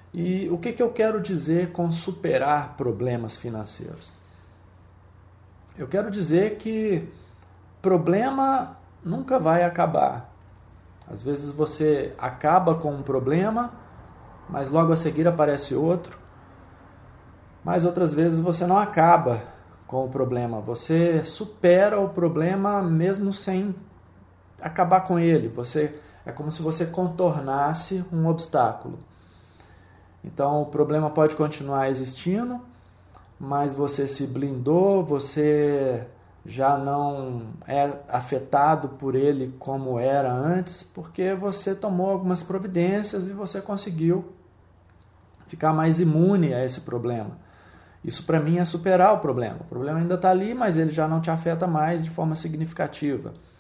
E o que eu quero dizer com superar problemas financeiros? Eu quero dizer que problema nunca vai acabar. Às vezes você acaba com um problema, mas logo a seguir aparece outro. Mas outras vezes você não acaba com o problema, você supera o problema mesmo sem acabar com ele. É como se você contornasse um obstáculo. Então o problema pode continuar existindo, mas você se blindou, você já não é afetado por ele como era antes, porque você tomou algumas providências e você conseguiu ficar mais imune a esse problema. Isso para mim é superar o problema. O problema ainda está ali, mas ele já não te afeta mais de forma significativa.